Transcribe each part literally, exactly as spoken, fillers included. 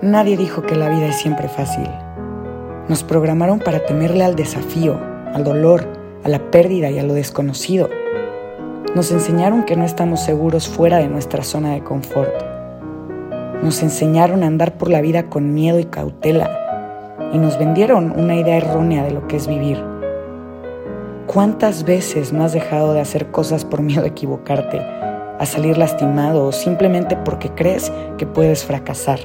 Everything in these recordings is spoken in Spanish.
Nadie dijo que la vida es siempre fácil. Nos programaron para temerle al desafío, al dolor, a la pérdida y a lo desconocido. Nos enseñaron que no estamos seguros fuera de nuestra zona de confort. Nos enseñaron a andar por la vida con miedo y cautela y nos vendieron una idea errónea de lo que es vivir. ¿Cuántas veces no has dejado de hacer cosas por miedo a equivocarte, a salir lastimado o simplemente porque crees que puedes fracasar?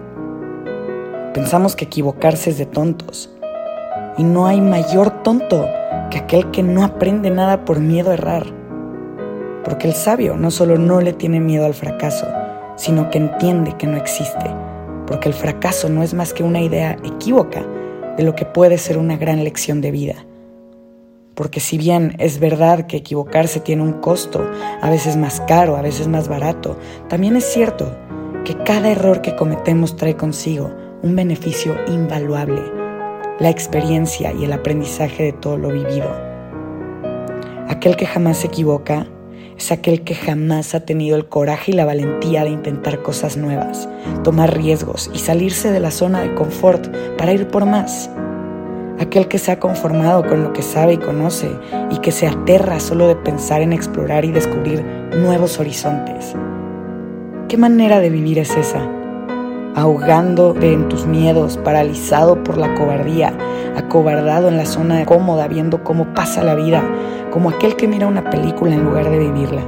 Pensamos que equivocarse es de tontos. Y no hay mayor tonto que aquel que no aprende nada por miedo a errar. Porque el sabio no solo no le tiene miedo al fracaso, sino que entiende que no existe. Porque el fracaso no es más que una idea equívoca de lo que puede ser una gran lección de vida. Porque si bien es verdad que equivocarse tiene un costo, a veces más caro, a veces más barato, también es cierto que cada error que cometemos trae consigo un beneficio invaluable, la experiencia y el aprendizaje de todo lo vivido. Aquel que jamás se equivoca es aquel que jamás ha tenido el coraje y la valentía de intentar cosas nuevas, tomar riesgos y salirse de la zona de confort para ir por más. Aquel que se ha conformado con lo que sabe y conoce y que se aterra solo de pensar en explorar y descubrir nuevos horizontes. ¿Qué manera de vivir es esa? Ahogándote en tus miedos, paralizado por la cobardía, acobardado en la zona cómoda viendo cómo pasa la vida, como aquel que mira una película en lugar de vivirla.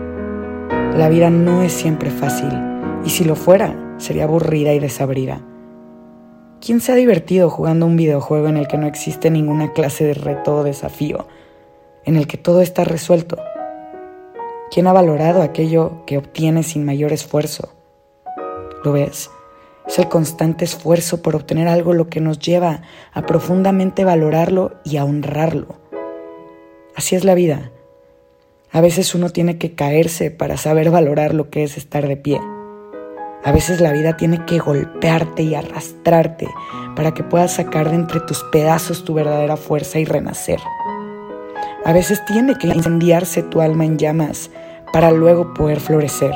La vida no es siempre fácil, y si lo fuera, sería aburrida y desabrida. ¿Quién se ha divertido jugando un videojuego en el que no existe ninguna clase de reto o desafío, en el que todo está resuelto? ¿Quién ha valorado aquello que obtiene sin mayor esfuerzo? ¿Lo ves? Es el constante esfuerzo por obtener algo lo que nos lleva a profundamente valorarlo y a honrarlo. Así es la vida. A veces uno tiene que caerse para saber valorar lo que es estar de pie. A veces la vida tiene que golpearte y arrastrarte para que puedas sacar de entre tus pedazos tu verdadera fuerza y renacer. A veces tiene que incendiarse tu alma en llamas para luego poder florecer.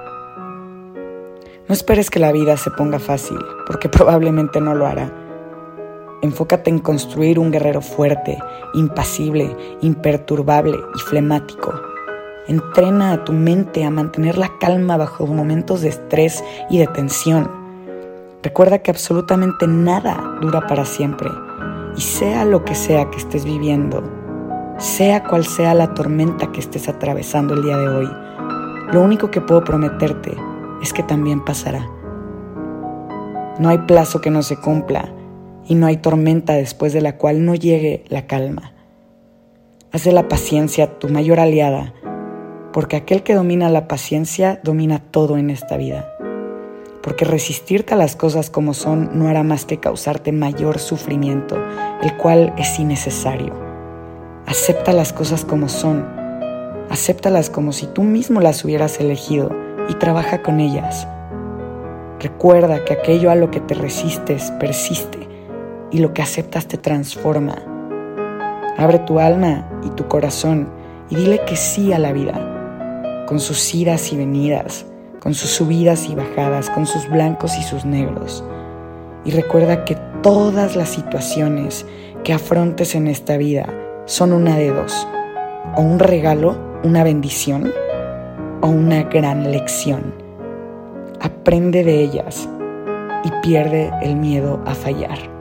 No esperes que la vida se ponga fácil, porque probablemente no lo hará. Enfócate en construir un guerrero fuerte, impasible, imperturbable y flemático. Entrena a tu mente a mantener la calma bajo momentos de estrés y de tensión. Recuerda que absolutamente nada dura para siempre, y sea lo que sea que estés viviendo, sea cual sea la tormenta que estés atravesando el día de hoy, lo único que puedo prometerte es que también pasará. No hay plazo que no se cumpla y no hay tormenta después de la cual no llegue la calma. Haz de la paciencia tu mayor aliada, porque aquel que domina la paciencia domina todo en esta vida. Porque resistirte a las cosas como son no hará más que causarte mayor sufrimiento, el cual es innecesario. Acepta las cosas como son, acéptalas como si tú mismo las hubieras elegido y trabaja con ellas. Recuerda que aquello a lo que te resistes persiste y lo que aceptas te transforma. Abre tu alma y tu corazón y dile que sí a la vida, con sus idas y venidas, con sus subidas y bajadas, con sus blancos y sus negros. Y recuerda que todas las situaciones que afrontes en esta vida son una de dos: o un regalo, una bendición, o una gran lección. Aprende de ellas y pierde el miedo a fallar.